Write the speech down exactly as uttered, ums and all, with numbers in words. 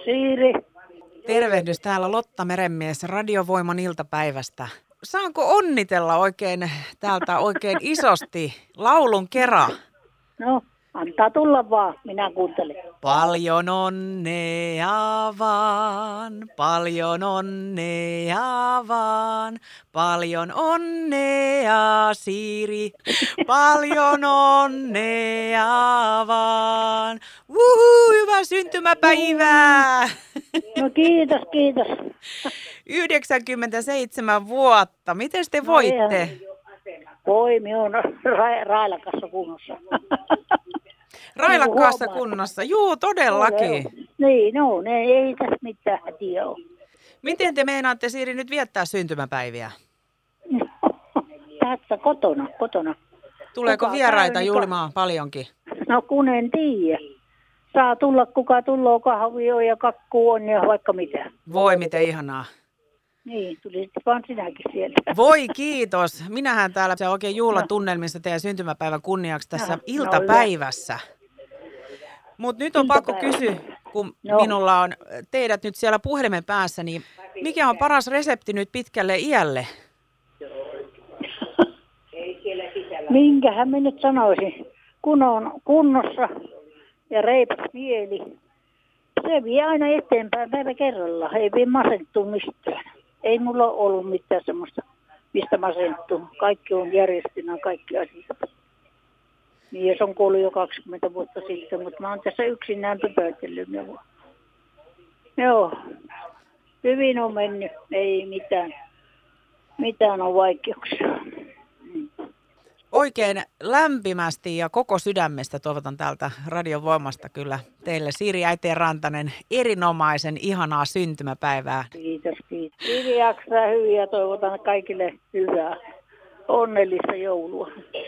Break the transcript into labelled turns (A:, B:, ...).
A: Siiri.
B: Tervehdys, täällä Lotta Merenmies Radiovoiman iltapäivästä. Saanko onnitella oikein täältä oikein isosti laulun kera?
A: No, antaa tulla vaan, minä kuuntelen.
B: Paljon onnea vaan, paljon onnea vaan, paljon onnea Siiri, paljon onnea vaan. Uhu, hyvää syntymäpäivää!
A: No kiitos, kiitos.
B: yhdeksänkymmentäseitsemän vuotta. Miten te voitte?
A: Voi, minä olen ra- railakassa kunnossa.
B: Railakkaassa kunnossa, juu todellakin.
A: No, niin, no, ne ei tässä mitään hätiä ole.
B: Miten te meinaatte, Siiri, nyt viettää syntymäpäiviä?
A: Tässä kotona, kotona.
B: Tuleeko
A: Kuka
B: vieraita
A: käy,
B: Julmaan paljonkin?
A: No kun en tiedä. Saa tulla kuka tulloo, kahvio ja kakku on ja vaikka mitä.
B: Voi miten ihanaa.
A: Niin, tulisit vaan sinäkin sieltä.
B: Voi kiitos. Minähän täällä se oikein juhlatunnelmissa teidän syntymäpäivän kunniaksi tässä
A: No,
B: iltapäivässä. Mutta nyt on pakko kysyä, kun
A: No.
B: minulla on teidät nyt siellä puhelimen päässä, niin mikä on paras resepti nyt pitkälle iälle?
A: Minkähän mä nyt sanoisin, kun on kunnossa ja reipas mieli, se vie aina eteenpäin päivä kerrallaan. Ei vie masentua mistään. Ei mulla ole ollut mitään semmoista, mistä masentuu. Kaikki on järjestinä, kaikki asiat. Mies on kuollut jo kaksikymmentä vuotta sitten, mutta mä oon tässä yksinään pöpötellyt. Joo, hyvin on mennyt, ei mitään, mitään on vaikeuksia.
B: Oikein lämpimästi ja koko sydämestä toivotan täältä Radiovoimasta kyllä teille Siiri Äiteen Rantanen erinomaisen ihanaa syntymäpäivää.
A: Kiitos, kiitos. Hyvin jaksaa hyvin ja toivotan kaikille hyvää, onnellista joulua.